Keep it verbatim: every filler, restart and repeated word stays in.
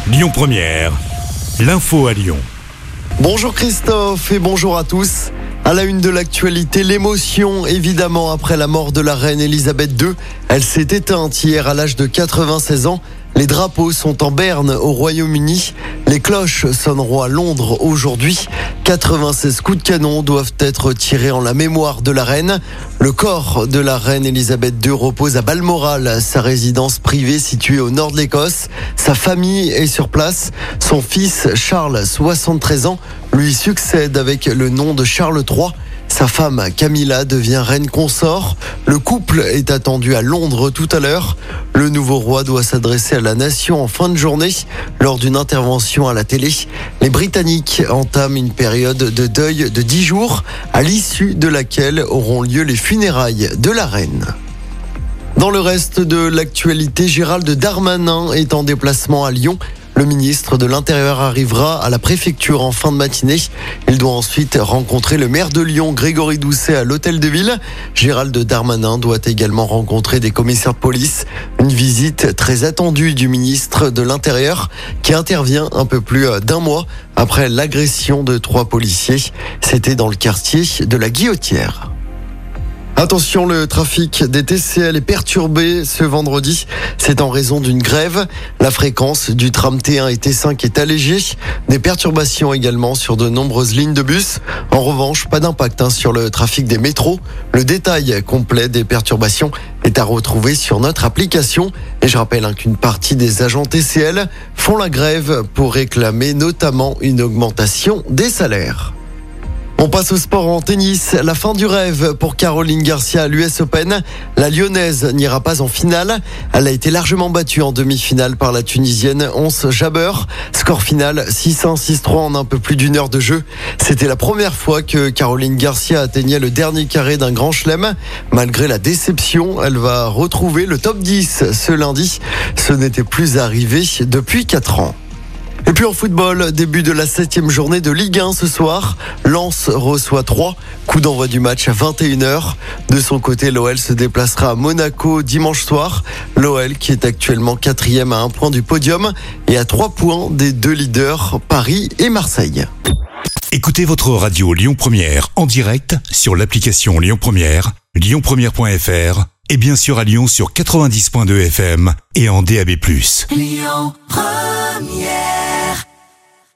Lyon Première, l'info à Lyon. Bonjour Christophe et bonjour à tous. À la une de l'actualité, l'émotion évidemment après la mort de la reine Elisabeth deux. Elle s'est éteinte hier à l'âge de quatre-vingt-seize ans. Les drapeaux sont en berne au Royaume-Uni. Les cloches sonneront à Londres aujourd'hui. quatre-vingt-seize coups de canon doivent être tirés en la mémoire de la reine. Le corps de la reine Elisabeth deux repose à Balmoral, sa résidence privée située au nord de l'Écosse. Sa famille est sur place. Son fils Charles, soixante-treize ans, lui succède avec le nom de Charles trois. Sa femme Camilla devient reine consort. Le couple est attendu à Londres tout à l'heure. Le nouveau roi doit s'adresser à la nation en fin de journée. Lors d'une intervention à la télé, les Britanniques entament une période de deuil de dix jours, à l'issue de laquelle auront lieu les funérailles de la reine. Dans le reste de l'actualité, Gérald Darmanin est en déplacement à Lyon. Le ministre de l'Intérieur arrivera à la préfecture en fin de matinée. Il doit ensuite rencontrer le maire de Lyon, Grégory Doucet, à l'hôtel de ville. Gérald Darmanin doit également rencontrer des commissaires de police. Une visite très attendue du ministre de l'Intérieur qui intervient un peu plus d'un mois après l'agression de trois policiers. C'était dans le quartier de la Guillotière. Attention, le trafic des T C L est perturbé ce vendredi. C'est en raison d'une grève. La fréquence du tram T un et T cinq est allégée. Des perturbations également sur de nombreuses lignes de bus. En revanche, pas d'impact hein, sur le trafic des métros. Le détail complet des perturbations est à retrouver sur notre application. Et je rappelle hein, qu'une partie des agents T C L font la grève pour réclamer notamment une augmentation des salaires. On passe au sport en tennis. La fin du rêve pour Caroline Garcia à l'U S Open. La Lyonnaise n'ira pas en finale. Elle a été largement battue en demi-finale par la Tunisienne Ons Jabeur. Score final six un six trois en un peu plus d'une heure de jeu. C'était la première fois que Caroline Garcia atteignait le dernier carré d'un grand chelem. Malgré la déception, elle va retrouver le top dix ce lundi. Ce n'était plus arrivé depuis quatre ans. Et puis en football, début de la septième journée de Ligue un ce soir. Lens reçoit Troyes. Coup d'envoi du match à vingt et une heures. De son côté, l'O L se déplacera à Monaco dimanche soir. L'O L qui est actuellement quatrième à un point du podium et à trois points des deux leaders, Paris et Marseille. Écoutez votre radio Lyon Première en direct sur l'application Lyon Première, lyon première point f r et bien sûr à Lyon sur quatre-vingt-dix point deux F M et en D A B plus. Lyon Première.